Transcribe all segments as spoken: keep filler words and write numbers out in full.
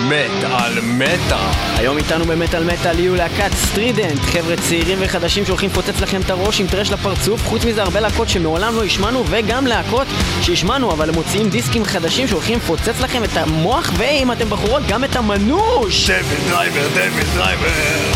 מטל מטל. היום איתנו במטל מטל יהיו להקת סטרידנט, חבר'ה צעירים וחדשים שהולכים לפוצץ לכם את הראש עם טרש לפרצוף. חוץ מזה הרבה להקות שמעולם לא השמענו, וגם להקות שהשמענו אבל הם מוציאים דיסקים חדשים שהולכים לפוצץ לכם את המוח, ואם אתם בחורות גם את המנוש. דייוויד דרייבר, דייוויד דרייבר.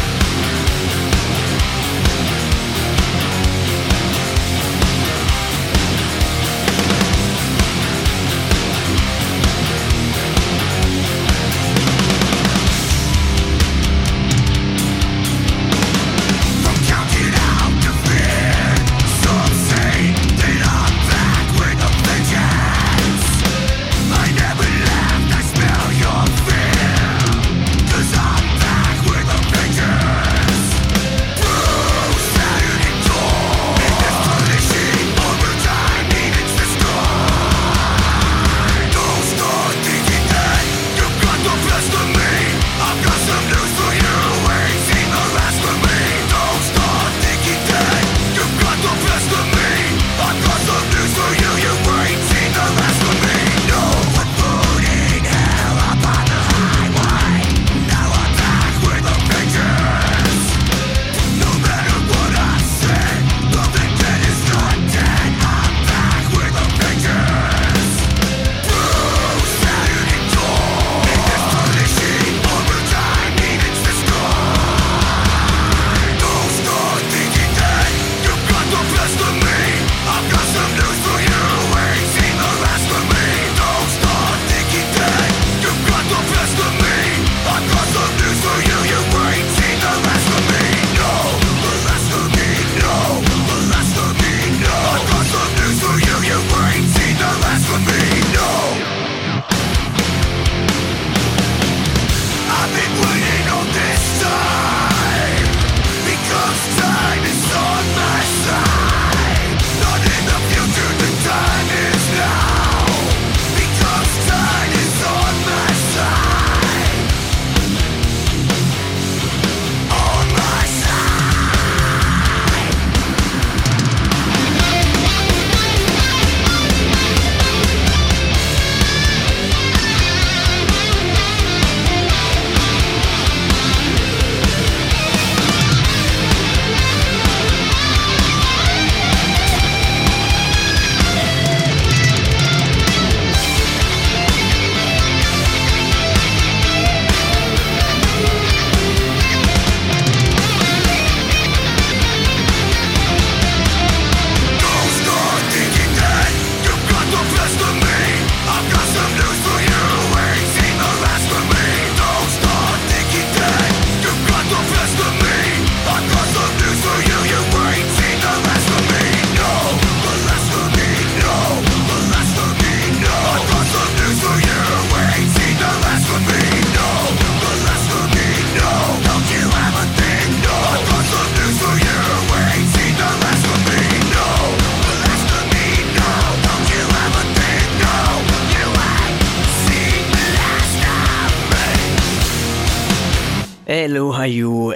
אלו היו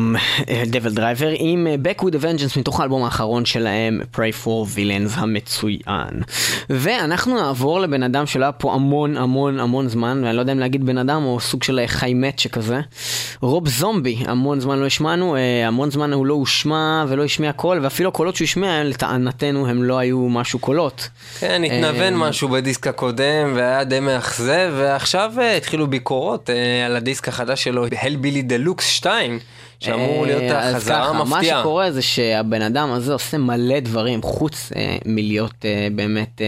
דייוויד דרייבר עם Back with a Vengeance מתוך האלבום האחרון שלהם Pray for Villains המצוין. ואנחנו נעבור לבן אדם שלה פה המון המון המון זמן, ואני לא יודע אם להגיד בן אדם או סוג של חיימת שכזה, רוב זומבי. המון זמן לא השמענו, המון זמן הוא לא הושמע ולא השמיע קול, ואפילו הקולות שהוא השמיע לטענתנו הם לא היו משהו קולות. כן, התנוון משהו בדיסק הקודם והיה די מאכזב, ועכשיו התחילו ביקורות על הדיסק החדש שלו, הלבילי דלוקס שתיים, שאמור להיות החזרה מפתיעה. מה שקורה זה שהבן אדם הזה עושה מלא דברים, חוץ מלהיות באמת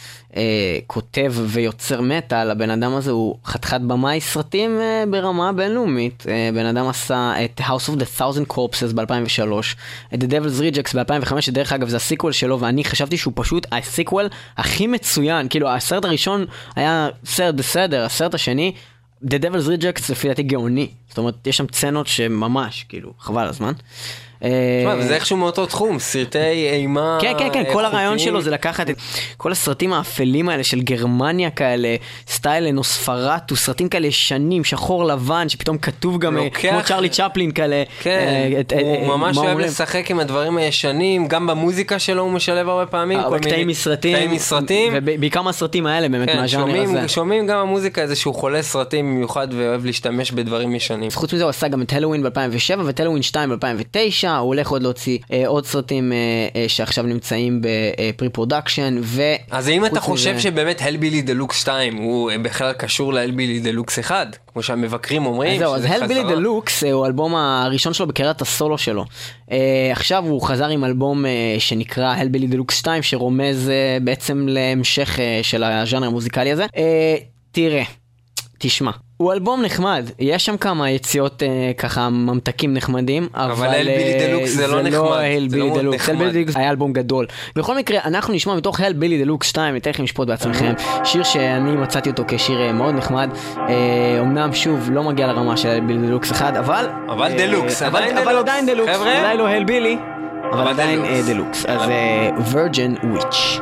כותב ויוצר מטל. הבן אדם הזה הוא חתיכת במאי סרטים ברמה בינלאומית. בן אדם עשה את House of the Thousand Corpses ב-אלפיים ושלוש, את The Devil's Rejects ב-אלפיים וחמש, שדרך אגב זה הסיקוול שלו, ואני חשבתי שהוא פשוט הסיקוול הכי מצוין. כאילו הסרט הראשון היה סרט בסדר, הסרט השני The Devil's Rejects לפי דעתי גאוני, זאת אומרת יש שם צנות שממש כאילו חבל הזמן. וזה איכשהו מאותו תחום, סרטי אימה. כן, כן, כן, כל הרעיון שלו זה לקחת את כל הסרטים האפלים האלה של גרמניה כאלה, סטייל נוספרטו, סרטים כאלה שנים, שחור לבן, שפתאום כתוב גם כמו צ'רלי צ'פלין כאלה. כן, הוא ממש אוהב לשחק עם הדברים הישנים, גם במוזיקה שלו הוא משלב הרבה פעמים. קטעים מסרטים, ובעיקר מהסרטים האלה באמת, מהז'אנר הזה. שומעים גם המוזיקה איזה שהוא חולה סרטים במיוחד ואוהב להשתמש בדברים ישנים. חוץ מזה הוא עשה גם את הלווין ב-אלפיים ושבע ואת הלווין שתיים ב-אלפיים ותשע, הוא הולך עוד להוציא אה, עוד סרטים אה, אה, שעכשיו נמצאים בפרי-פרודקשן. אז אם אתה חושב מזה... שבאמת הלבילי דלוקס שתיים הוא בכלל קשור להלבילי דלוקס אחד, כמו שהמבקרים אומרים, אז זהו, אז הלבילי דלוקס הוא האלבום הראשון שלו בקריירת הסולו שלו. אה, עכשיו הוא חזר עם אלבום אה, שנקרא הלבילי דלוקס שתיים, שרומז אה, בעצם להמשך אה, של הז'אנר המוזיקלי הזה. אה, תראה, תשמע, הוא אלבום נחמד, יש שם כמה יציאות אה, ככה ממתקים נחמדים, אבל, אבל הלבילי דלוקס זה לא נחמד, הלבילי דלוקס, הלבילי דלוקס היה אלבום גדול. בכל מקרה, אנחנו נשמע מתוך הלבילי דלוקס שתיים, ניתן לכם לשפוט בעצמכם, שיר שאני מצאתי אותו כשיר מאוד נחמד, אה, אמנם שוב לא מגיע לרמה של הלבילי דלוקס אחד, אבל... אבל דלוקס, אבל, עדיין אבל דלוקס. עדיין דלוקס, חבר'ה? אולי לא הלבילי, אבל, אבל עדיין דלוקס. אה, דלוקס. אז וירג'ן וויץ'.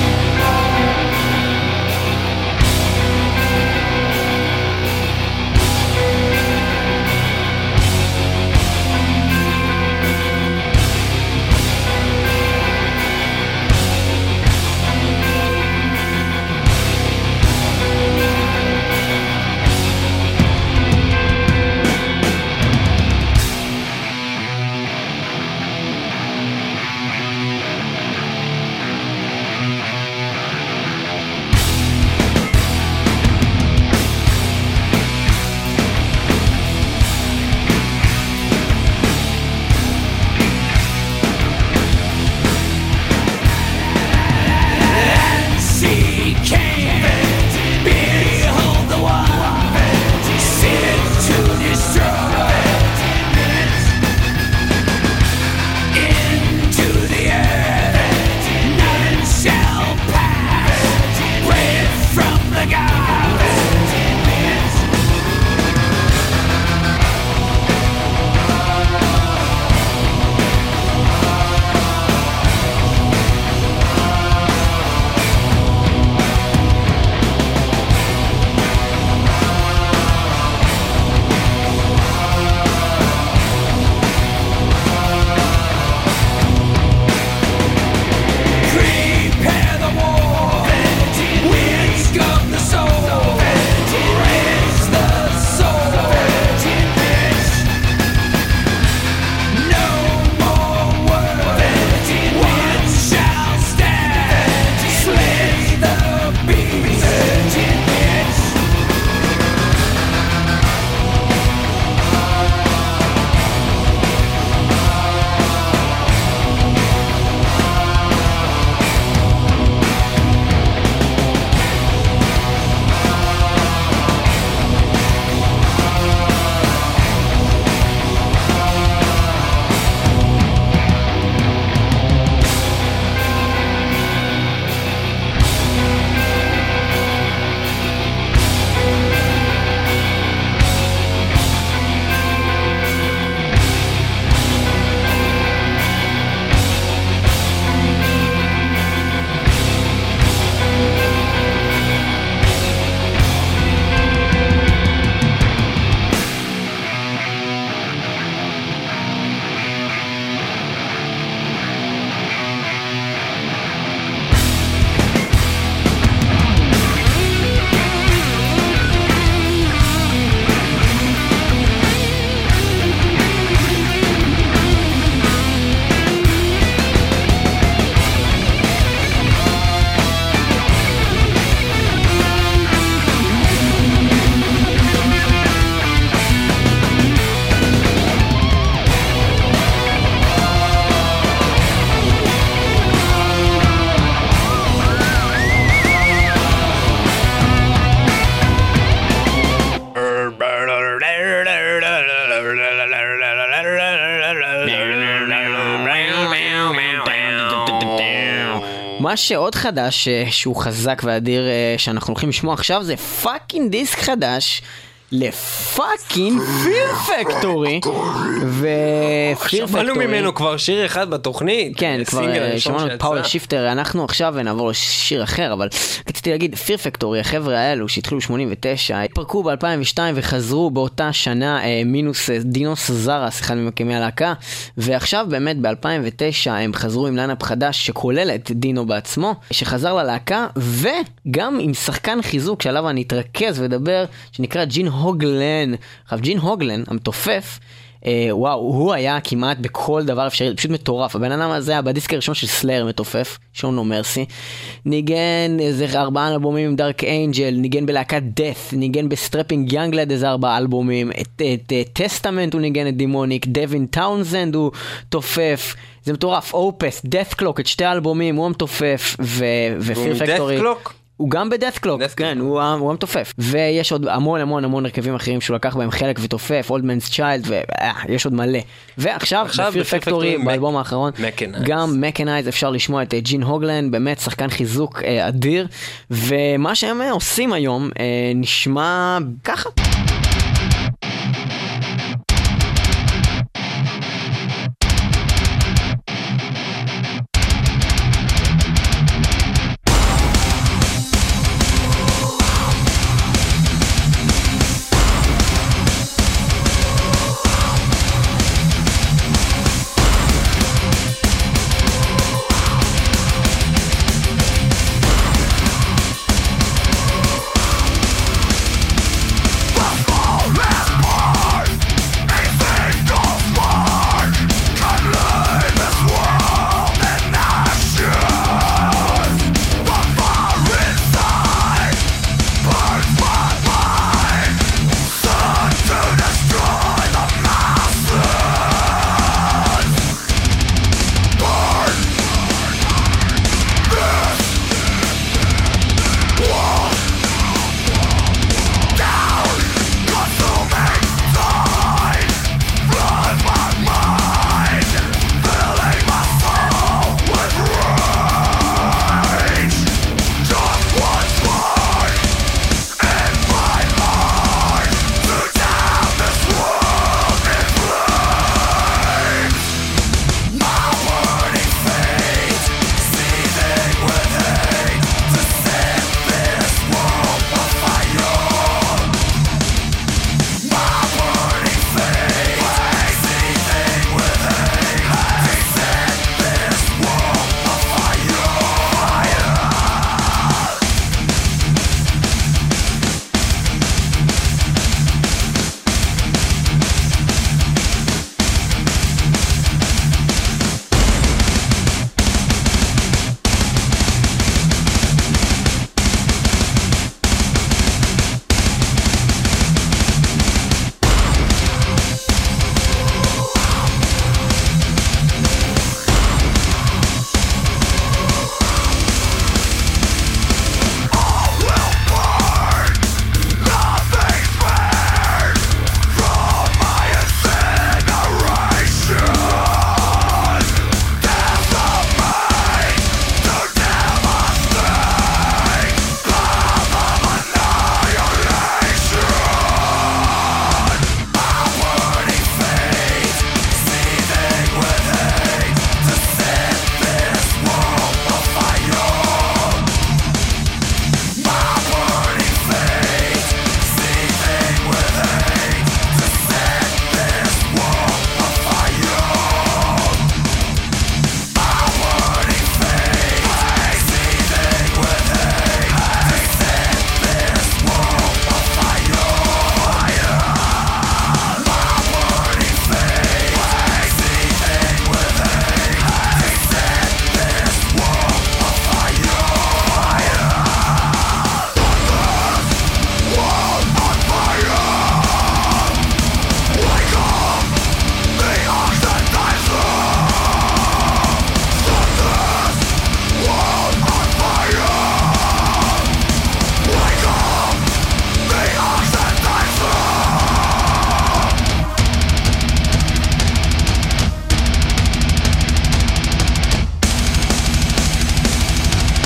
מה שעוד חדש שהוא חזק ואדיר שאנחנו הולכים לשמוע עכשיו זה פאקינג דיסק חדש לפאקינג פיר פקטורי, ופיר פקטורי... שמענו ממנו כבר שיר אחד בתוכנית. כן, כבר שמענו את פאוור שיפטר, אנחנו עכשיו נעבור לשיר אחר, אבל רציתי להגיד, פיר פקטורי, החבר'ה האלו שהתחילו ב-שמונים ותשע, התפרקו ב-אלפיים ושתיים וחזרו באותה שנה, מינוס דינוס זרס, אחד ממקימי הלהקה, ועכשיו באמת ב-אלפיים ותשע הם חזרו עם ליינאפ חדש שכולל את דינו בעצמו, שחזר ללהקה, וגם עם שחקן חיזוק שעליו אני אתרכז ודבר, שנקרא ג'ין הוגלן. עכשיו ג'ין הוגלן המתופף, אה, וואו, הוא היה כמעט בכל דבר אפשרי, פשוט מטורף. הבן אדם הזה היה בדיסק הראשון של סלאר מתופף, שון נו מרסי, ניגן איזה ארבעה אלבומים עם דארק אנג'ל, ניגן בלהקת דף, ניגן בסטרפינג יאנגלד איזה ארבעה אלבומים, את טסטמנט הוא ניגן, את דימוניק, דווין טאונזנד הוא תופף, זה מטורף. אופס, דף קלוק, את שתי האלבומים הוא המתופף, ופיר פקטורי הוא גם בדאט קלוק, כן, הוא המתופף. ויש עוד המון המון המון הרכבים אחרים שהוא לקח בהם חלק ותופף, Old Man's Child, ויש עוד מלא. ועכשיו, בפיר פקטורי, באלבום האחרון, גם מקנייז, אפשר לשמוע את ג'ין הוגלן, באמת שחקן חיזוק אדיר, ומה שהם עושים היום נשמע ככה.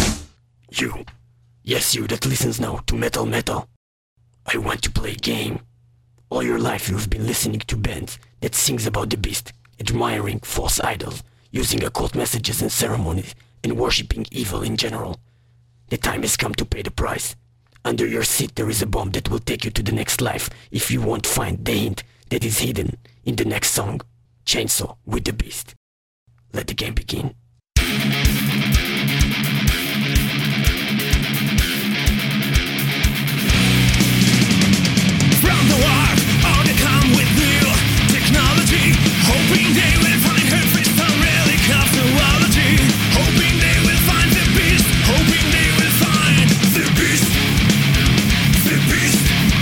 Yes, you that listens now to Metal Metal. I want to play a game All your life you've been listening to bands that sings about the beast, admiring false idols, using occult messages and ceremonies, and worshipping evil in general. The time has come to pay the price. Under your seat there is a bomb that will take you to the next life if you won't find the hint that is hidden in the next song, Chainsaw with the Beast. Let the game begin. From the war, all that come with new technology, hoping they will find her face on relic of duality, hoping they will find the beast, hoping they will find the beast, the beast.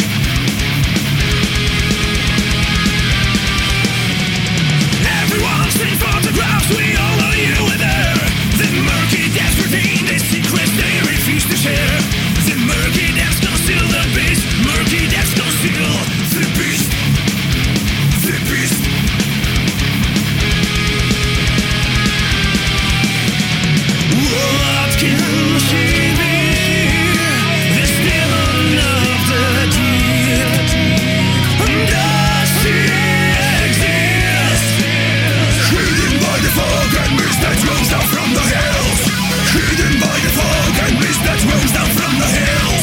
Everyone's in photographs, we all know you were there. The murky depths routine, the secrets they refuse to share. The murky depths conceal the beast, murky depths conceal the beast, the beast. What can she be? The demon of the deep. Does she exist? Hidden by the fog and mist that rolls down from the hills. Hidden by the fog and mist that rolls down from the hills.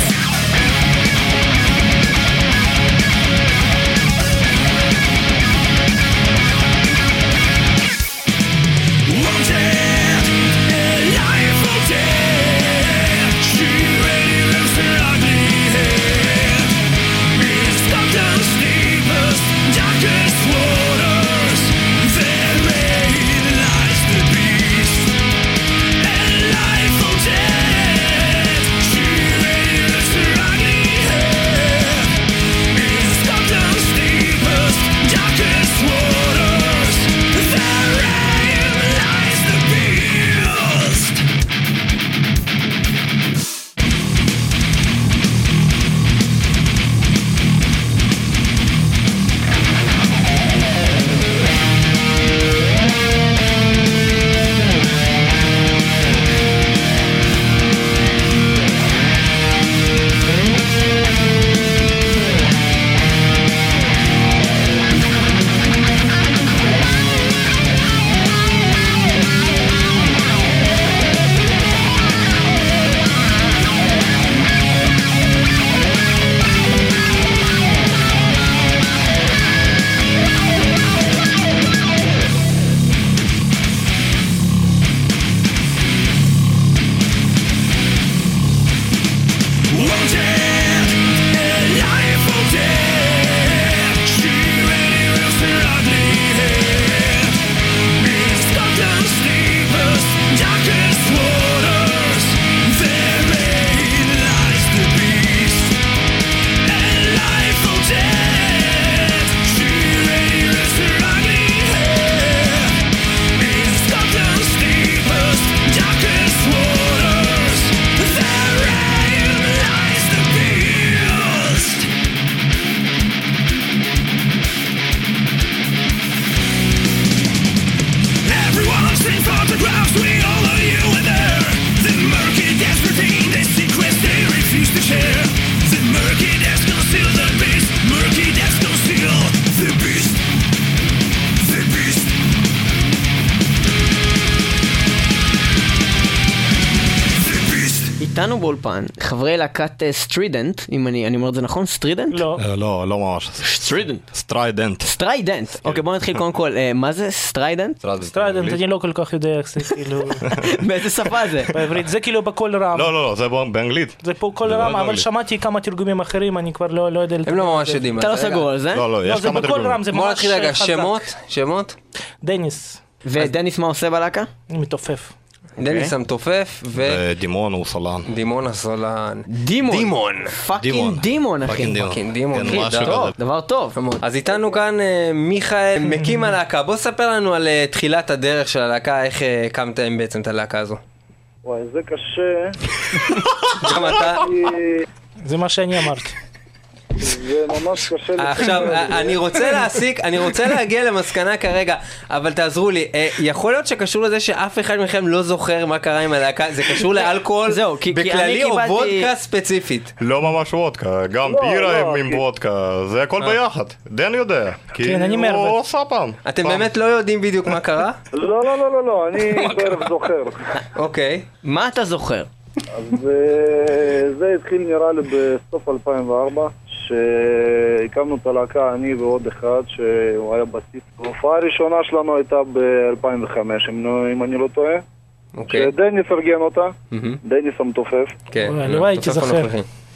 Wanted, alive or dead, she really lives her ugly head. In Scotland's deepest, darkest waters, therein lies the beast. Alive or dead, she really lives her ugly head. In Scotland's deepest, darkest waters, therein lies the beast. Wanted, alive or dead, she really lives her ugly head. In Scotland's deepest, darkest waters, therein lies the beast. Alive or dead, she really lives her ugly head. In Scotland's deepest, darkest waters, therein lies the beast. Everyone's in photographs, we all know you were there. The murky depths routine, the secrets they refuse to share. The murky depths conceal the beast, murky depths conceal the beast, the beast. The beast. איתנו באולפן, חברי להקת סטרידנט, אם אני, אני אומר את זה נכון? סטרידנט? לא. אה, לא, לא ממש. סטרידנט. סטריידנט. סטריידנט. אוקיי, בוא נתחיל קודם כל. אה, מה זה סטריידנט? סטריידנט, אני לא כל כך יודע איך זה כאילו... באיזה שפה זה? בעברית, זה כאילו בקול רם. לא, לא, לא, זה באנגלית. זה פה קול זה לא רם, אבל באנגלית. שמעתי כמה תרגומים אחרים, אני כבר לא לא יודע... הם לא ממש יודעים. אתה לא אז רגע. סגור על זה? לא, לא, לא, יש זה כמה בקול תרגומים. רם, זה בוא ממש נתחיל רגע, חזק. שמות, שמות. דניס, ודניס מה עושה בלהקה? מתופף. דניס המתופף ודימון הוא סולן. ודימון הסולן. דימון. דימון. פאקינג דימון, אחי. פאקינג פאקינג דימון. כן, משהו טוב, כזה. דבר טוב. אז איתנו כאן אה, מיכאל, מקים הלהקה. בוא ספר לנו על אה, תחילת הדרך של הלהקה, איך אה, הקמתם בעצם את הלהקה הזו. וואי, זה קשה. גם אתה? כי- זה מה שאני אמרתי. זה ממש קשה. עכשיו, אני רוצה להסיק, אני רוצה להגיע למסקנה כרגע, אבל תעזרו לי, יכול להיות שקשור לזה שאף אחד מכם לא זוכר מה קרה עם הלהקה, זה קשור לאלכוהול בכללי או וודקה ספציפית? לא ממש וודקה, גם בירה עם וודקה, זה הכל ביחד. דן יודע, כי הוא עושה פעם. אתם באמת לא יודעים בדיוק מה קרה? לא, לא, לא, לא, לא, אני בערב זוכר. אוקיי. מה אתה זוכר? אז זה התחיל נראה לי בסוף אלפיים וארבע, שהקמנו את הלהקה, אני ועוד אחד שהוא היה בסיס. ההופעה הראשונה שלנו הייתה ב-אלפיים וחמש, אם אני לא טועה. שדניס ארגן אותה, דניס המתופף. כן, לא הייתי זוכר.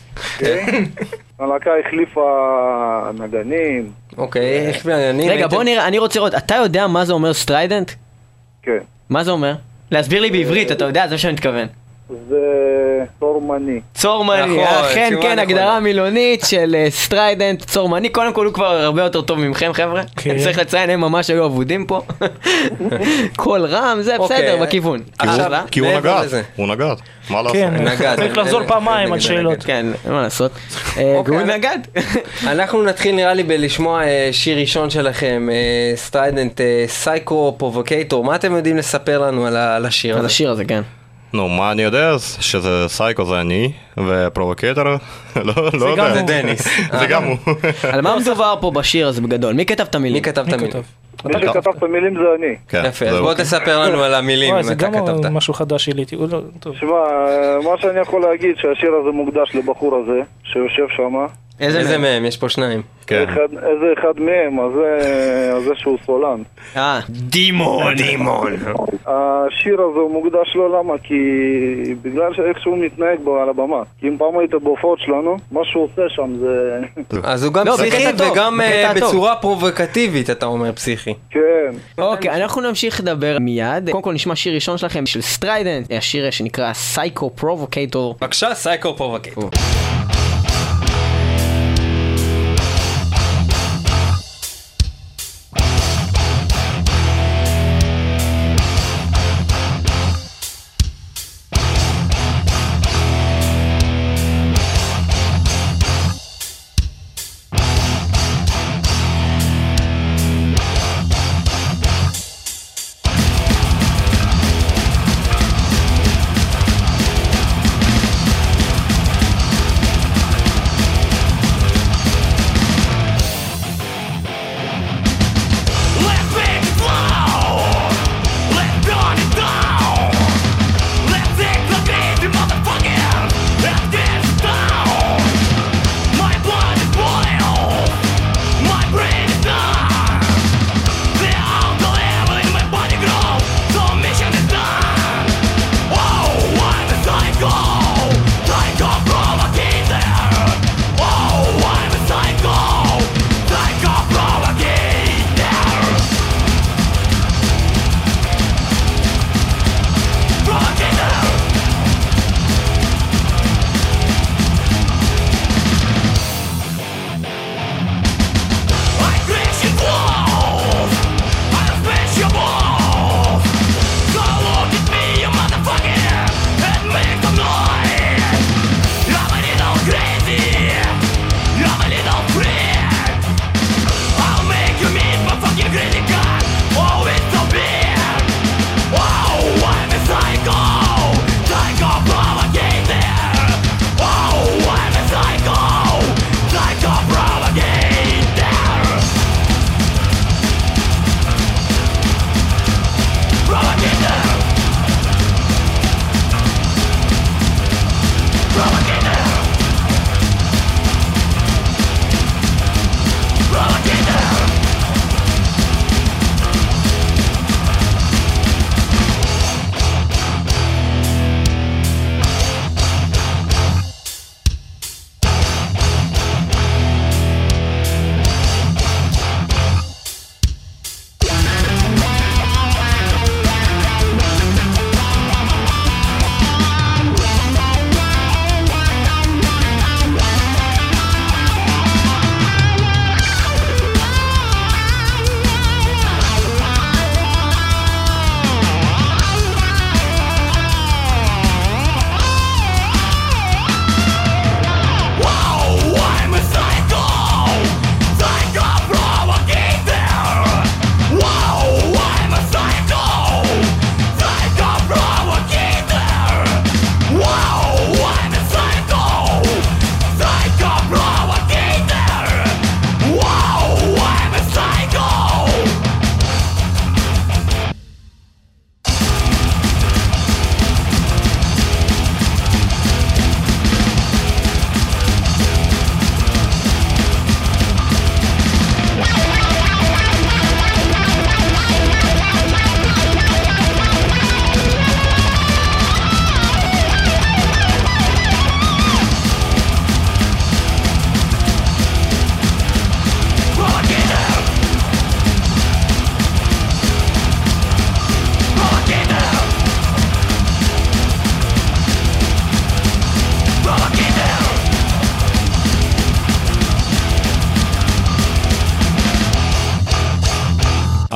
הלהקה החליפה נגנים. אוקיי, החליפה נגנים. רגע, בוא נראה, אני רוצה לראות, אתה יודע מה זה אומר סטריידנט? כן. מה זה אומר? להסביר לי בעברית, אתה יודע, זה שאני מתכוון. זה צורמני. צורמני, אכן כן, הגדרה מילונית של סטריידנט, צורמני, קודם כל הוא כבר הרבה יותר טוב ממכם חבר'ה, צריך לציין, הם ממש היו עבודים פה, כל רם, זה בסדר, בכיוון. כי הוא נגד, הוא נגד, מה לעשות? כן, צריך לחזור פעמיים על שאלות. כן, מה לעשות, והוא נגד. אנחנו נתחיל נראה לי בלשמוע שיר ראשון שלכם, סטריידנט, סייקו פרובוקייטור, מה אתם יודעים לספר לנו על השיר הזה? על השיר הזה, כן. נו, מה אני יודע? שזה סייקו זה אני, ופרובוקטור, לא יודע. זה דניס. זה גם הוא. על מה מדובר פה בשיר הזה בגדול? מי כתב את המילים? מי כתב את המילים? מי שכתב את המילים זה אני. יפה, אז בוא תספר לנו על המילים אם אתה כתבת. זה גם משהו חדש שלי. שמע, מה שאני יכול להגיד שהשיר הזה מוקדש לבחור הזה, שיושב שם. איזה מהם? יש פה שניים. איזה אחד מהם, אז זה שהוא סולן. אה, דימון. דימון. השיר הזה הוא מוקדש לו, למה? כי בגלל שאיך שהוא מתנהג בו על הבמה. כי אם פעם היית בהופעות שלנו, מה שהוא עושה שם זה... אז הוא גם פסיכי וגם בצורה פרובוקטיבית, אתה אומר פסיכי. כן. אוקיי, אנחנו נמשיך לדבר מיד. קודם כל נשמע שיר ראשון שלכם של סטריידנט, השיר שנקרא סייקו פרובוקייטור. בבקשה, סייקו פרובוקייטור.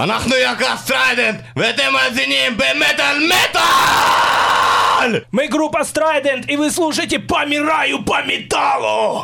אנחנו יקר סטריידנט, ואתם מאזינים במטל מטל! Мы группа Strident, и вы слушаете «Помираю по металлу».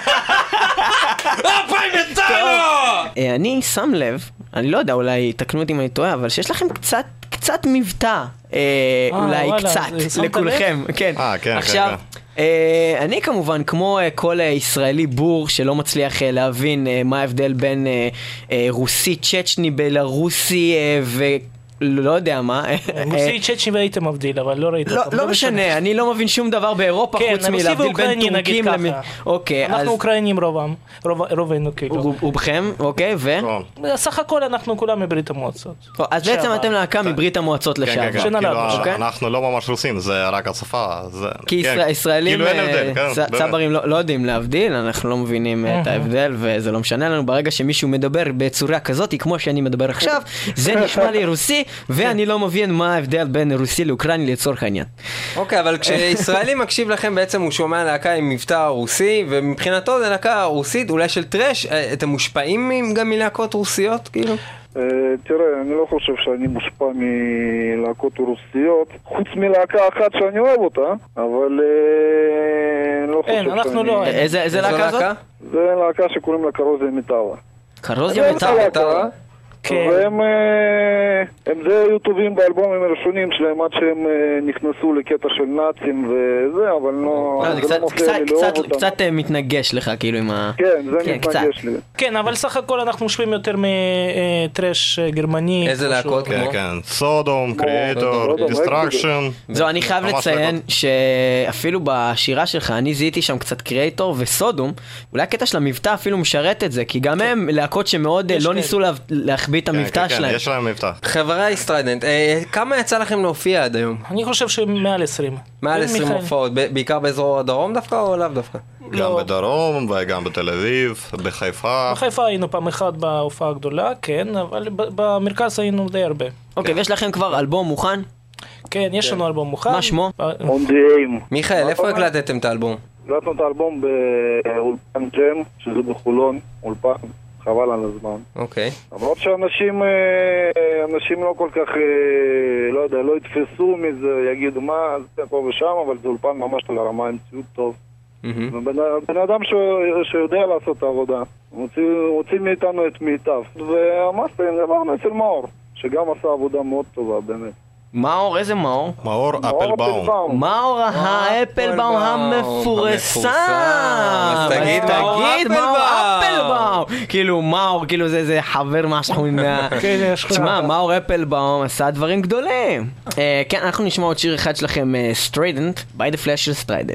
по металлу! אני שם לב, אני לא יודע, אולי תקנו אותי אם אני טועה, אבל שיש לכם קצת, קצת מבטא, אולי קצת, לכולכם, כן. עכשיו, אני כמובן, כמו כל ישראלי בור שלא מצליח להבין מה ההבדל בין רוסי, צ'צ'ני, בלרוסי ו... לא יודע מה. רוסי צ'צ'ני והייתם מבדיל, אבל לא ראית. לא משנה, אני לא מבין שום דבר באירופה חוץ מלהבדיל בין טורקים למי... אוקיי, אז... אנחנו אוקראינים רובם, רובנו כאילו. רובכם, אוקיי, ו? סך הכל אנחנו כולם מברית המועצות. אז בעצם אתם להקה מברית המועצות לשעבר. אנחנו לא ממש רוסים, זה רק השפה. כי ישראלים, צברים לא יודעים להבדיל, אנחנו לא מבינים את ההבדל, וזה לא משנה לנו. ברגע שמישהו מדבר בצורה כזאת, כמו שאני מדבר עכשיו, זה נשמע לי רוסי, ואני לא מבין מה ההבדל בין רוסי לאוקראיני לצורך העניין. אוקיי, אבל כשישראלי מקשיב לכם, בעצם הוא שומע להקה עם מבטא רוסי, ומבחינתו זה להקה רוסית, אולי של טרש. אתם מושפעים גם מלהקות רוסיות, כאילו? תראה, אני לא חושב שאני מושפע מלהקות רוסיות, חוץ מלהקה אחת שאני אוהב אותה, אבל אני לא חושב שאני... אין, אנחנו לא... איזה להקה זאת? זה להקה שקוראים לה קרוזיה מטאלה. קרוזיה מטאלה? והם די היו טובים באלבומים הראשונים שלהם עד שהם נכנסו לקטע של נאצים וזה, אבל לא... קצת מתנגש לך כאילו עם ה... כן, זה מתנגש לי. כן, אבל סך הכל אנחנו משווים יותר מטרש גרמני. איזה להקות? כן, כן. סודום, קריאטור, דיסטרקשן. זו, אני חייב לציין שאפילו בשירה שלך אני זיהיתי שם קצת קריאטור וסודום, אולי הקטע של המבטא אפילו משרת את זה, כי גם הם להקות שמאוד לא ניסו להחביא את המבטא שלהם. יש להם מבטא. חברי סטריידנט, כמה יצא לכם להופיע עד היום? אני חושב שמעל עשרים. מעל עשרים הופעות, בעיקר באזור הדרום דווקא או לאו דווקא? גם בדרום וגם בתל אביב, בחיפה. בחיפה היינו פעם אחת בהופעה הגדולה, כן, אבל במרכז היינו די הרבה. אוקיי, ויש לכם כבר אלבום מוכן? כן, יש לנו אלבום מוכן. מה שמו? מיכאל, איפה הקלטתם את האלבום? הקלטנו את האלבום באולפן ג'ם, שזה בחולון, אולפן. חבל על הזמן. אוקיי. למרות שאנשים אנשים לא כל כך, לא יודע, לא יתפסו מזה, יגידו מה, זה פה ושם, אבל זה אולפן ממש על הרמה עם ציוד טוב. ובן אדם שיודע לעשות את העבודה, מוציא מאיתנו את מיטב. והמאסטרים זה עברנו אצל מאור, שגם עשה עבודה מאוד טובה, באמת. מאור, איזה מאור? מאור אפלבאום. מאור האפלבאום המפורסם. אז תגיד מאור אפלבאום. כאילו מאור, כאילו זה חבר משהו מה... תשמע, מאור אפלבאום עשה דברים גדולים. כן, אנחנו נשמע עוד שיר אחד שלכם, סטריידנט, by the flash של סטריידנט.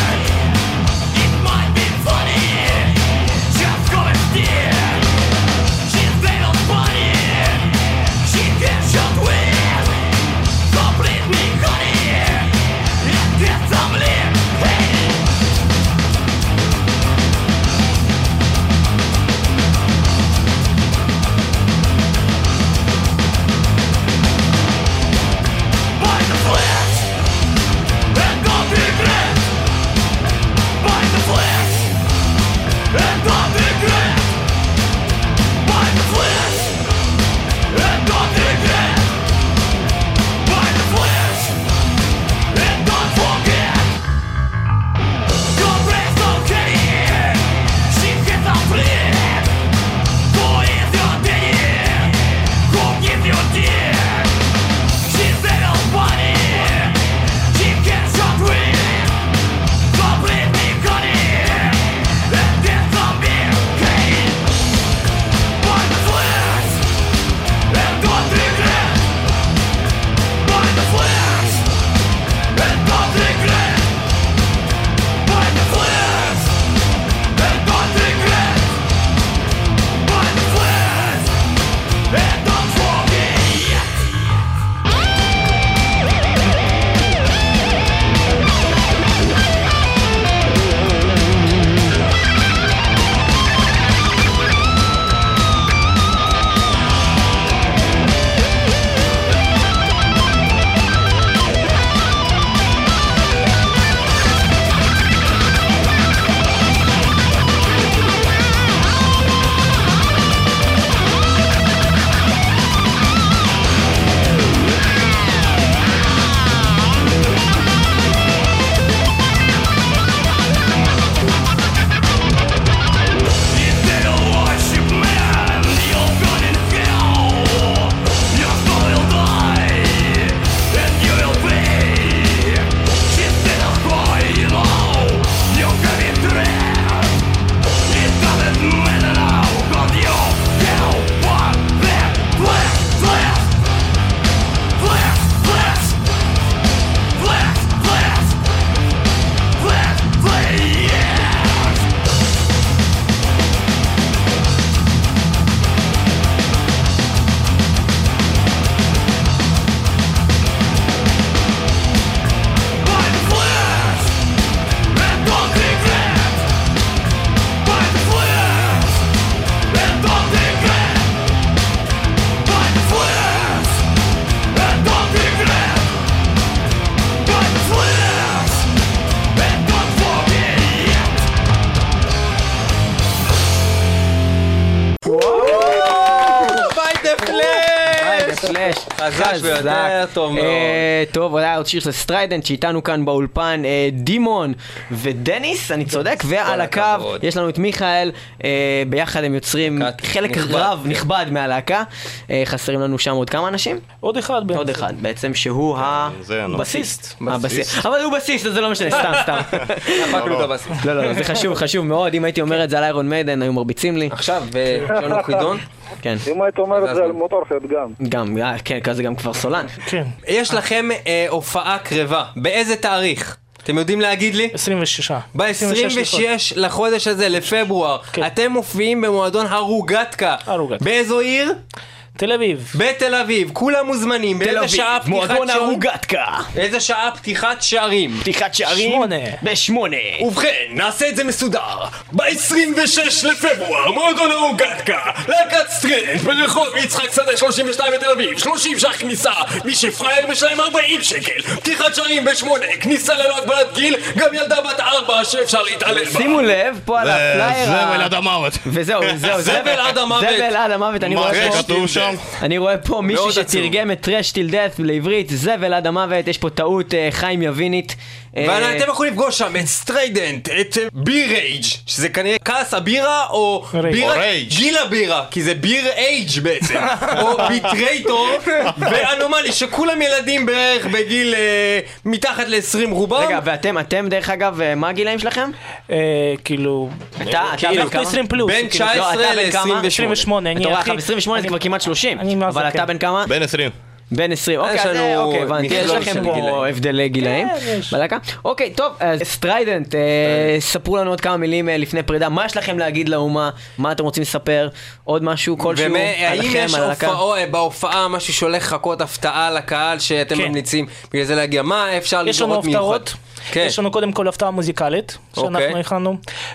Just go and steer. סלאש. חזק ויותר טוב מאוד. טוב, היה עוד שיר של סטריידנט שאיתנו כאן באולפן, דימון ודניס, אני צודק, ועל הקו יש לנו את מיכאל, ביחד הם יוצרים חלק רב נכבד מהלהקה. חסרים לנו שם עוד כמה אנשים? עוד אחד בעצם. עוד אחד, בעצם שהוא הבסיסט. אבל הוא בסיסט, אז זה לא משנה, סתם, סתם. הפקנו את הבסיסט. לא, לא, זה חשוב, חשוב מאוד. אם הייתי אומר את זה על איירון מיידן, היו מרביצים לי. עכשיו, ושאלנו חידון? כן. אם היית אומר את זה על מוטורחד גם. גם, כן, כזה גם כבר סולן. כן. יש לכם הופעה קרבה. באיזה תאריך? אתם יודעים להגיד לי? עשרים ושש. ב-עשרים ושש לחודש הזה, לפברואר, אתם מופיעים במועדון הרוגטקה. הרוגטקה. באיזו עיר? תל אביב. בתל אביב, כולם מוזמנים. באיזה שעה פתיחת מועדון הרוגטקה. איזה שעה פתיחת שערים? פתיחת שערים? שמונה. בשמונה. ובכן, נעשה את זה מסודר. ב-עשרים ושש לפברואר, מועדון הרוגטקה, להקת סטרנט ברחוב יצחק שדה שלושים ושתיים בתל אביב, שלושים ש"ח כניסה, מי שפרייר משלם ארבעים שקל, פתיחת שערים בשמונה, כניסה ללא הגבלת גיל, גם ילדה בת ארבע שאפשר להתעלל בה. שימו לב, פה על הפלייר... זבל עד המוות. וזהו, זהו, זבל עד המוות. זבל עד המוות, אני רואה פה... אני רואה פה מישהו שתרגם את Trash Till Death לעברית, זבל עד המוות, יש פה טעות חיים יבינית. ואתם יכולים לפגוש שם את סטריידנט, את ביר אייג' שזה כנראה כעס הבירה או גיל הבירה, כי זה ביר אייג' בעצם, או ביטרייטור ואנומלי, שכולם ילדים בערך בגיל מתחת ל-עשרים רובם. רגע, ואתם, אתם דרך אגב, מה הגילאים שלכם? כאילו... אתה, אתה בן כמה? עשרים פלוס. בין תשע עשרה ל-עשרים ושמונה. אני הכי... עשרים ושמונה זה כבר כמעט שלושים, אבל אתה בן כמה? בן עשרים. בן עשרים, אוקיי, אז אוקיי, הבנתי, יש לכם פה הבדלי גילאים בלהקה. אוקיי, טוב, סטריידנט, ספרו לנו עוד כמה מילים לפני פרידה, מה יש לכם להגיד לאומה, מה אתם רוצים לספר, עוד משהו, כלשהו האם יש בהופעה משהו שהולך לחכות הפתעה לקהל שאתם ממליצים בגלל זה להגיע, מה אפשר לראות מיוחד? יש לנו קודם כל הפתעה מוזיקלית שאנחנו הכנו,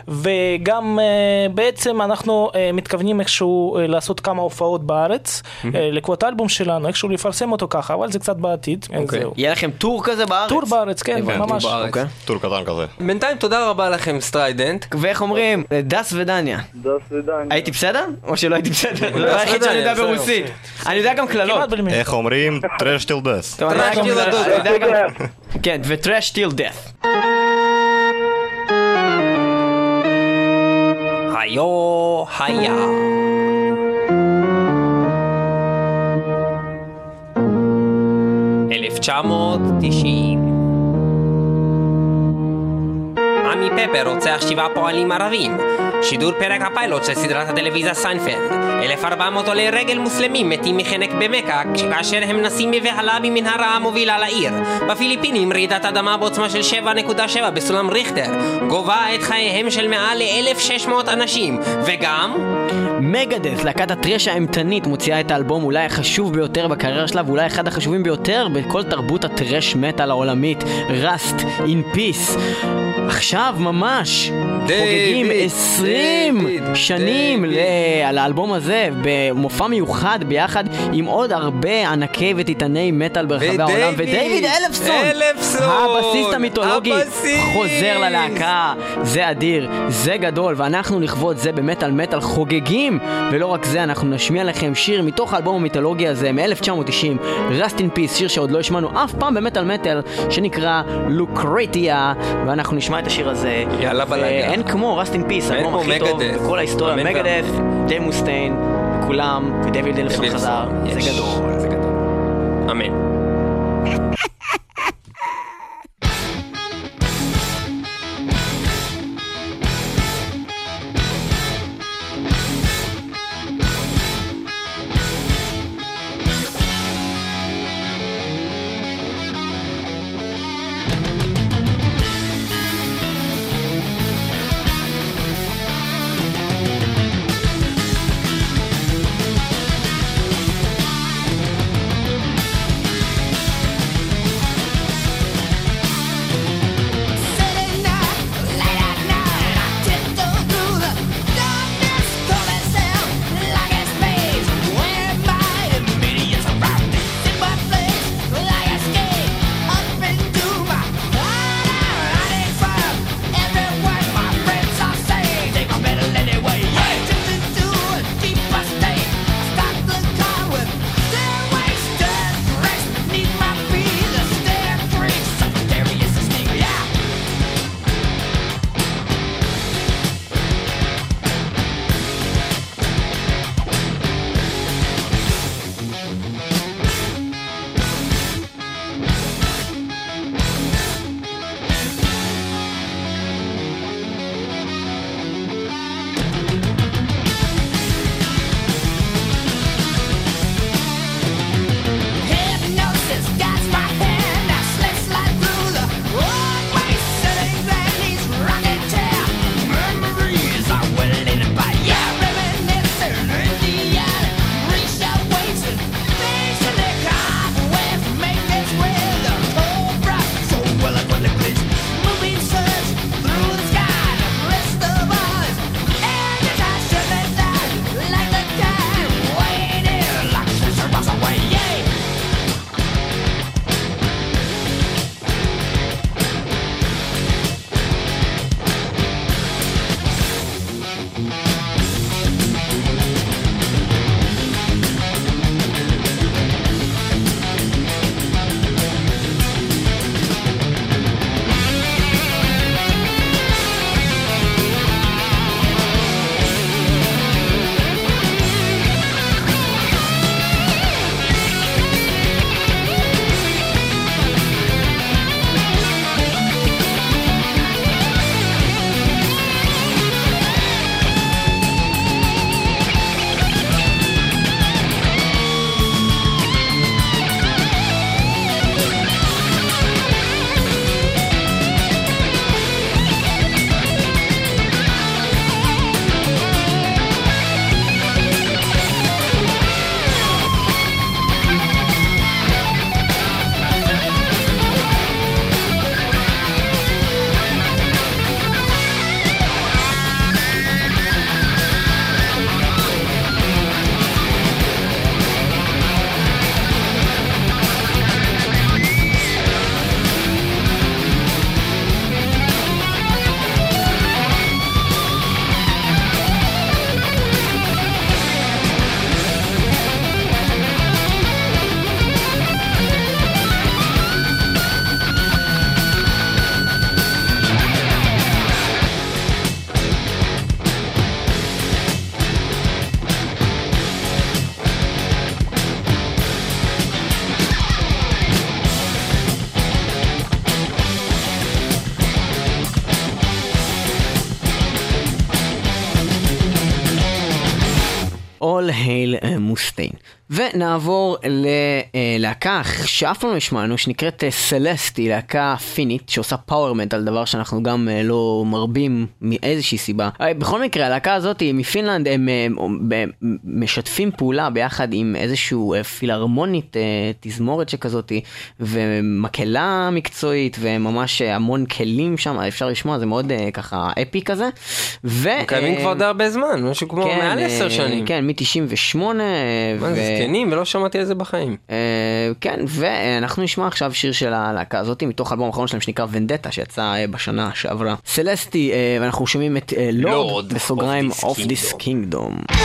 וגם בעצם אנחנו מתכוונים איכשהו לעשות כמה הופעות בארץ לקוות האלבום שלנו, איכשהו לפרסם אותו ככה, אבל זה קצת בעתיד. יהיה לכם טור כזה בארץ? טור בארץ, כן, ממש. טור קטן כזה. בינתיים תודה רבה לכם סטריידנט. ואיך אומרים? דס ודניה. דס ודניה. הייתי בסדר? או שלא הייתי בסדר? זה לא היחיד שאני יודע ברוסית. אני יודע גם כללות. איך אומרים? Trash Till Death. Trash Till Death. כן, ו-Trash Till Death. היו היה אלף תשע מאות תשעים עמי פפר רוצח שבעה פועלים ערבים. שידור פרק הפיילוט של סדרת הטלוויזיה סיינפלד. אלף וארבע מאות עולי רגל מוסלמים מתים מחנק במכה כאשר הם נסים מבהלה במנהרה המובילה לעיר. בפיליפינים רעידת אדמה בעוצמה של שבע נקודה שבע בסולם ריכטר גובה את חייהם של מעל ל-אלף ושש מאות אנשים. וגם מגדס, להקת הטרש האימתנית, מוציאה את האלבום אולי החשוב ביותר בקריירה שלה ואולי אחד החשובים ביותר בכל תרבות הטרש מטל העולמית, Rust in Peace. עכשיו ממש חוגגים עשרים שנים על האלבום הזה במופע מיוחד ביחד עם עוד הרבה ענקי וטיטני מטל ברחבי העולם, ודייוויד אלפסון, הבסיסט המיתולוגי, חוזר ללהקה. זה אדיר, זה גדול, ואנחנו לכבוד זה במטל מטל חוגגים. ולא רק זה, אנחנו נשמיע לכם שיר מתוך האלבום המיתולוגי הזה מ-אלף תשע מאות תשעים, Rust in Peace, שיר שעוד לא השמענו אף פעם במטל מטל, שנקרא לוקרטיה, ואנחנו נשמע את השיר הזה. יאללה בלגה. אין כמו Rust in Peace, האלבום הכי טוב בכל ההיסטוריה. מגדס, דייב מוסטיין, כולם, ודייוויד אלפסון חזר. זה גדול. זה גדול. אמן. All Hail Mustaine. ונעבור ללהקה שאף פעם לא השמענו, שנקראת סלסטי, להקה פינית שעושה פאוור מטל, דבר שאנחנו גם לא מרבים מאיזושהי סיבה. בכל מקרה, הלהקה הזאת מפינלנד, הם משתפים פעולה ביחד עם איזשהו פילהרמונית, תזמורת שכזאת, ומקהלה מקצועית, וממש המון כלים שם, אפשר לשמוע, זה מאוד ככה אפי כזה. הם קיימים כבר די הרבה זמן, משהו כמו מעל עשר שנים. כן, מ-תשעים ושמונה. מה זה זקנים, ולא שמעתי על זה בחיים. כן, ואנחנו נשמע עכשיו שיר של הלהקה הזאת, מתוך האלבום האחרון שלהם שנקרא ונדטה, שיצא בשנה שעברה. סלסטי, ואנחנו שומעים את לורד, בסוגריים of this kingdom.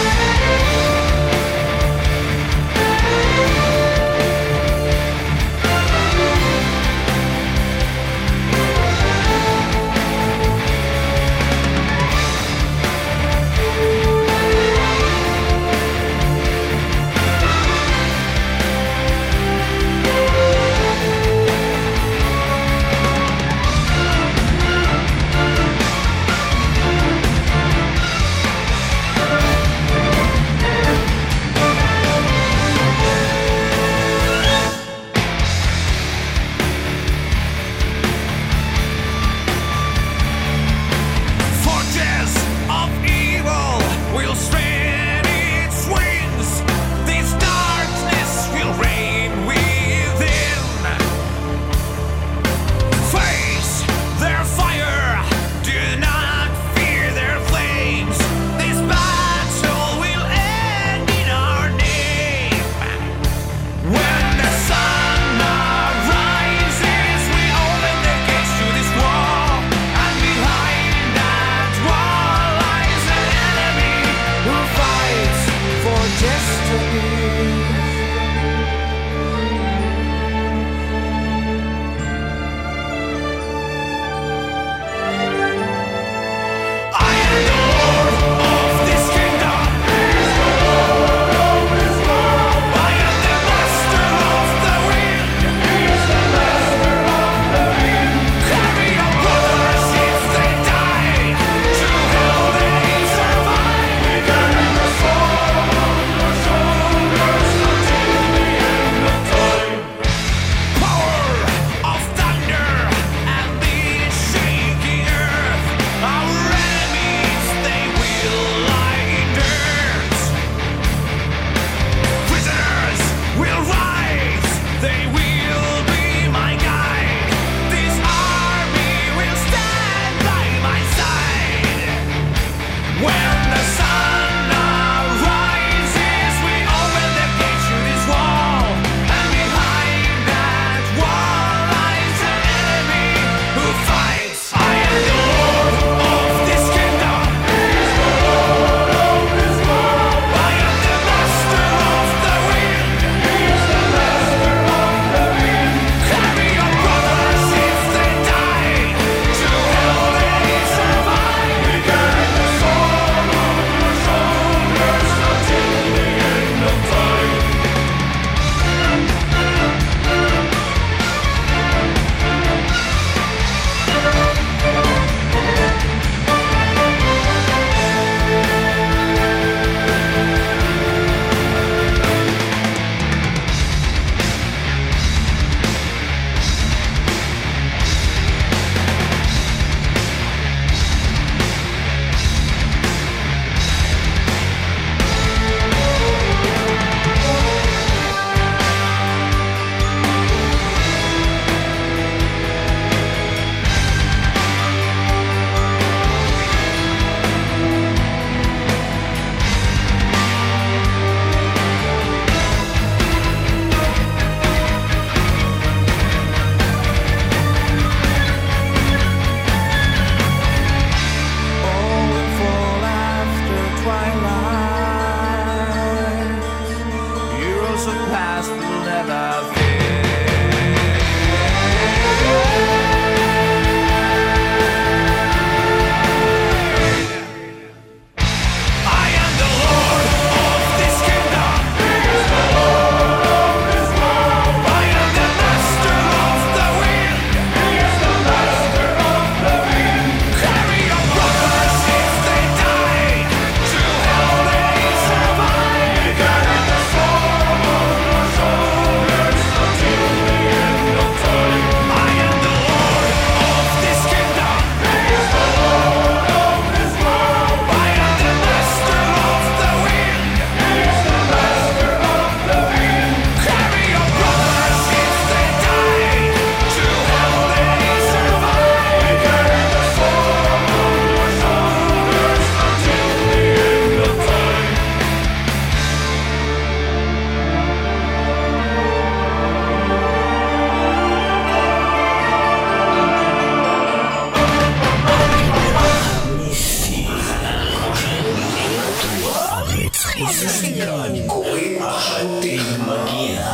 אני קורא החלטק מגיע.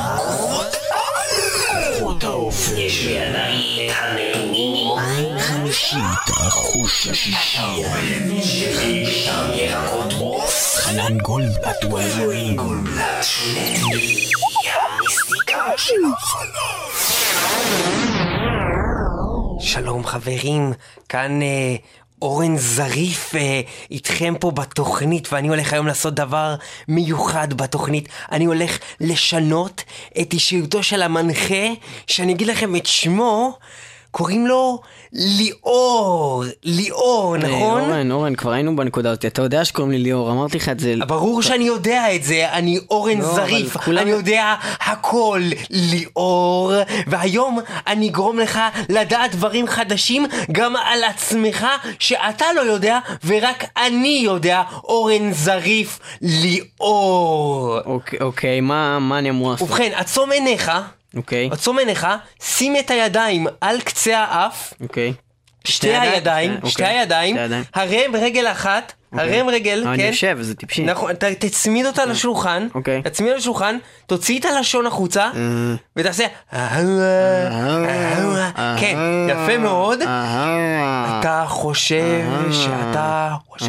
כוחות האופן. יש בידי את הנהנים. עין חמישית, החוש השישי. שלי שם ירקות עוף. חנן גולדבלט הוא האלוהים. גולדבלט שולט בי. המיסטיקה של החלף. שלום חברים, כאן אה, אורן זריף אה, איתכם פה בתוכנית, ואני הולך היום לעשות דבר מיוחד בתוכנית. אני הולך לשנות את אישיותו של המנחה, שאני אגיד לכם את שמו, קוראים לו ליאור, ליאור, נכון? אורן, אורן, כבר היינו בנקודה אותי, אתה יודע שקוראים לי ליאור, אמרתי לך את זה. ברור שאני יודע את זה, אני אורן זריף, אני יודע הכל, ליאור, והיום אני אגרום לך לדעת דברים חדשים גם על עצמך שאתה לא יודע ורק אני יודע. אורן זריף, ליאור. אוקיי, אוקיי, מה, מה אני אמור לעשות? ובכן, עצום עיניך. אוקיי. עצום עיניך, שים את הידיים על קצה האף. אוקיי. שתי הידיים, שתי הידיים, הרם רגל אחת, הרם רגל, כן? אני יושב, זה טיפשי. נכון, תצמיד אותה לשולחן, תצמיד לשולחן, תוציא את הלשון החוצה, ותעשה, כן, יפה מאוד. אתה חושב שאתה...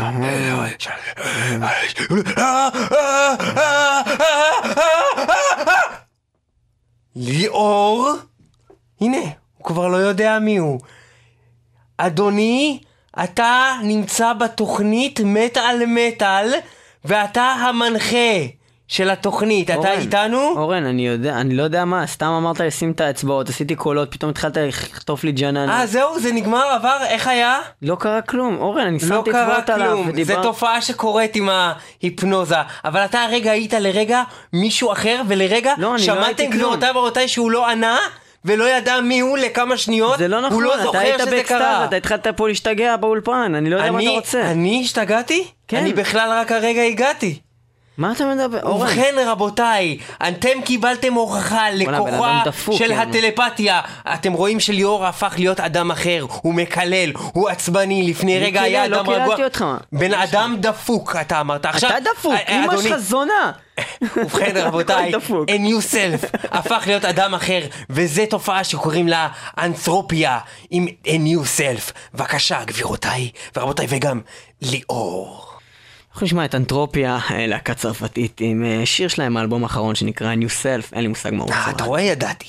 ליאור? הנה, הוא כבר לא יודע מי הוא. אדוני, אתה נמצא בתוכנית מטל מטל, ואתה המנחה של התוכנית. אתה איתנו? אורן, אני יודע, אני לא יודע מה, סתם אמרת לשים את האצבעות, עשיתי קולות, פתאום התחלת לחטוף לי ג'נן. אה, זהו, זה נגמר, עבר, איך היה? לא קרה כלום, אורן, אני שמתי אצבעות עליו. לא קרה כלום, זה תופעה שקורית עם ההיפנוזה, אבל אתה הרגע היית לרגע מישהו אחר, ולרגע שמעתם גבירותיי ורבותיי שהוא לא ענה, ולא ידע מי הוא לכמה שניות. זה לא נכון, הוא לא זוכר שזה קרה. אתה התחלת פה להשתגע באולפן, אני לא יודע מה אתה רוצה. אני השתגעתי? כן. אני בכלל רק הרגע הגעתי. מה אתה מדבר? אורן. ובכן רבותיי, אתם קיבלתם הוכחה לכוחה של הטלפתיה. אתם רואים שליאור הפך להיות אדם אחר, הוא מקלל, הוא עצבני, לפני רגע היה אדם רגוע. לא קיללתי אותך. בן אדם דפוק אתה אמרת. אתה דפוק, אמא שלך זונה. ובכן רבותיי, a new self הפך להיות אדם אחר, וזה תופעה שקוראים לה אנתרופיה עם a new self. בבקשה גבירותיי ורבותיי וגם ליאור. אנחנו נשמע את אנתרופיה, להקה צרפתית עם שיר שלהם מהאלבום האחרון שנקרא New Self, אין לי מושג מה הוא עושה. אתה רואה? ידעתי.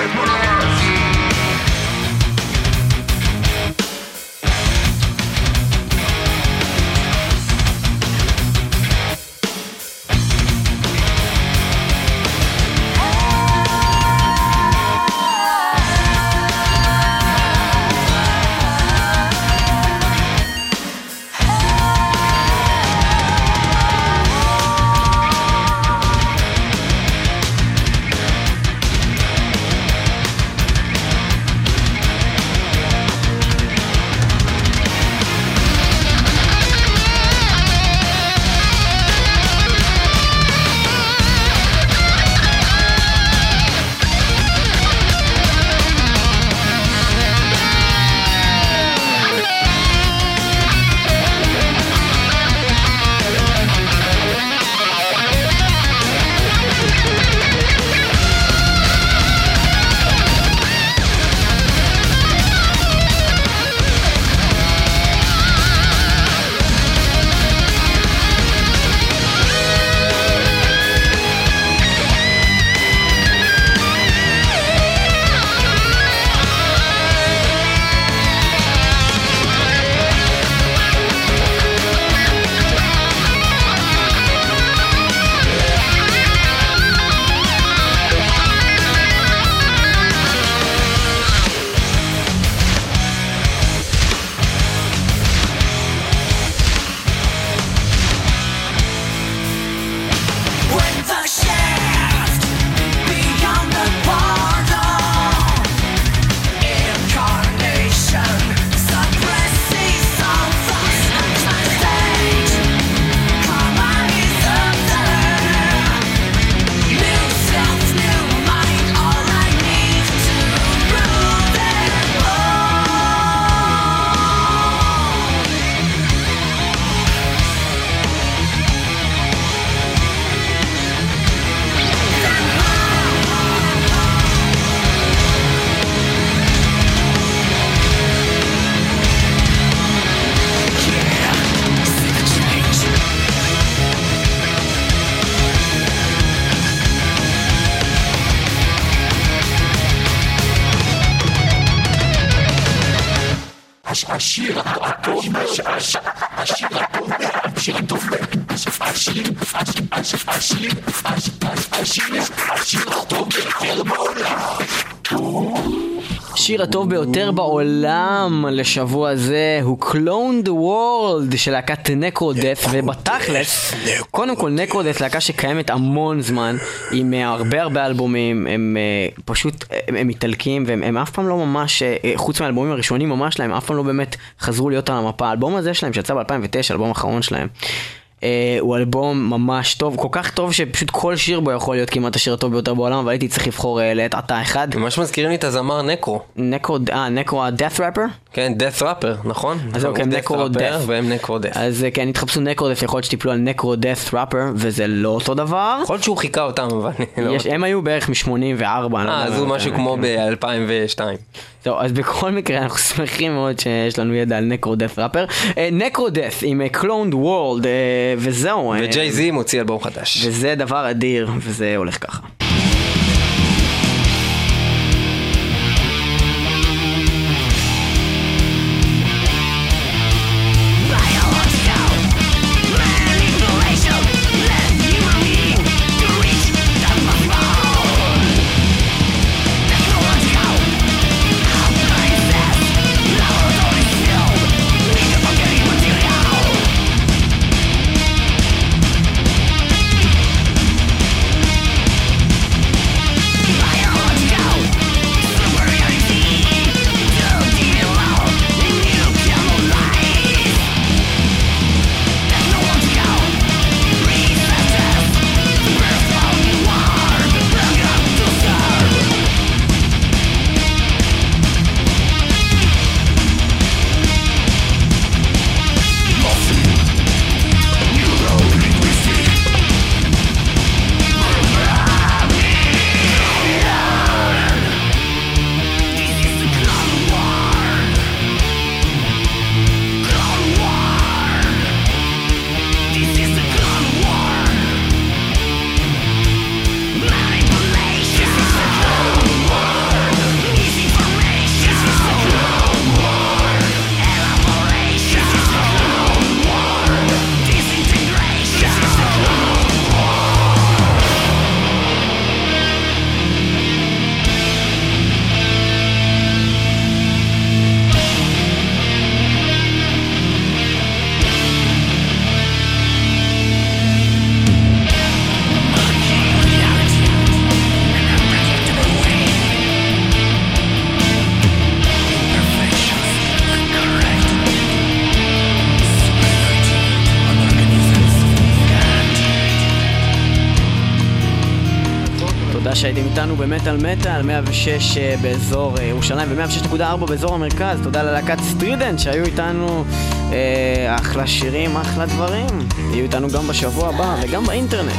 השיר הטוב, השיר הטוב, השיר הטוב, השיר, השיר, השיר הטוב ביותר בעולם. השיר הטוב ביותר בעולם לשבוע זה הוא Clone the World של להקת נקרודף, ובתכלס קודם כל נקרודף להקה שקיימת המון זמן עם הרבה הרבה אלבומים, הם פשוט הם איטלקים והם אף פעם לא ממש, חוץ מהאלבומים הראשונים ממש שלהם, אף פעם לא באמת חזרו להיות על המפה. האלבום הזה שלהם שיצא ב-אלפיים ותשע, האלבום האחרון שלהם, Uh, הוא אלבום ממש טוב, כל כך טוב שפשוט כל שיר בו יכול להיות כמעט השיר הטוב ביותר בעולם, אבל הייתי צריך לבחור uh, לעת עתה אחד. ממש מזכירים לי את הזמר נקרו. נקרו, אה, נקרו ה-Death Rapper? כן, Death Rapper, נכון? אז אוקיי, נקרו Death. והם נקרו Death. אז כן, התחפשו נקרו Death, יכול להיות שטיפלו על נקרו Death Rapper, וזה לא אותו דבר. יכול להיות שהוא חיכה אותם, אבל... יש, הם היו בערך מ-שמונים וארבע. אה, אז הוא משהו כמו ב-אלפיים ושתיים. טוב, אז בכל מקרה אנחנו שמחים מאוד שיש לנו ידע על נקרו Death Rapper. נקרו Death עם Cloned World, וזהו. וג'יי זי מוציא אלבום חדש. וזה דבר אדיר, וזה הולך ככה. We'll be right back. תודה שהייתם איתנו במטל מטל, מאה ושש באזור ירושלים ו-מאה ושש נקודה ארבע באזור המרכז. תודה ללהקת סטרידנט שהיו איתנו, אה, אחלה שירים, אחלה דברים. יהיו איתנו גם בשבוע הבא וגם באינטרנט.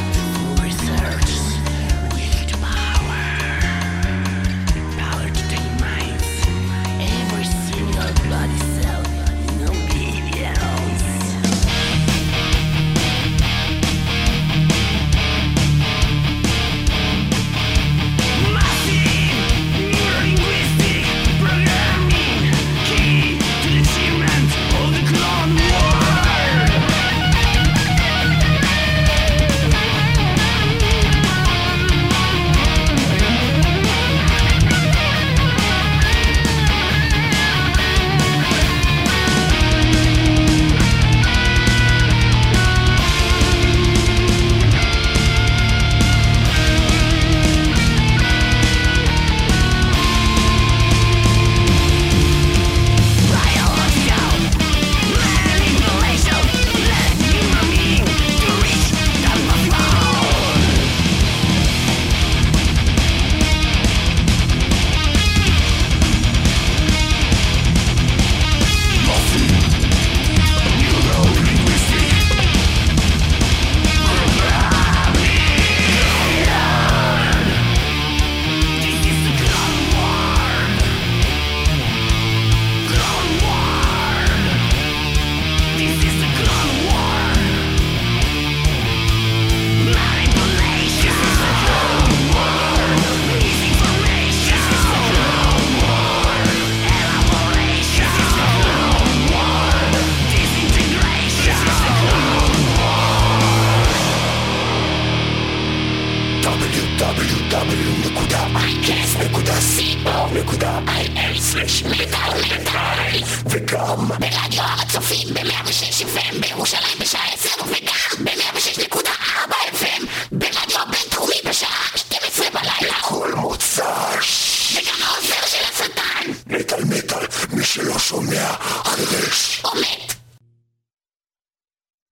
וגם ברדיו הצופים ב-מאה ושש אף אם בירושלים בשעה עשר וגם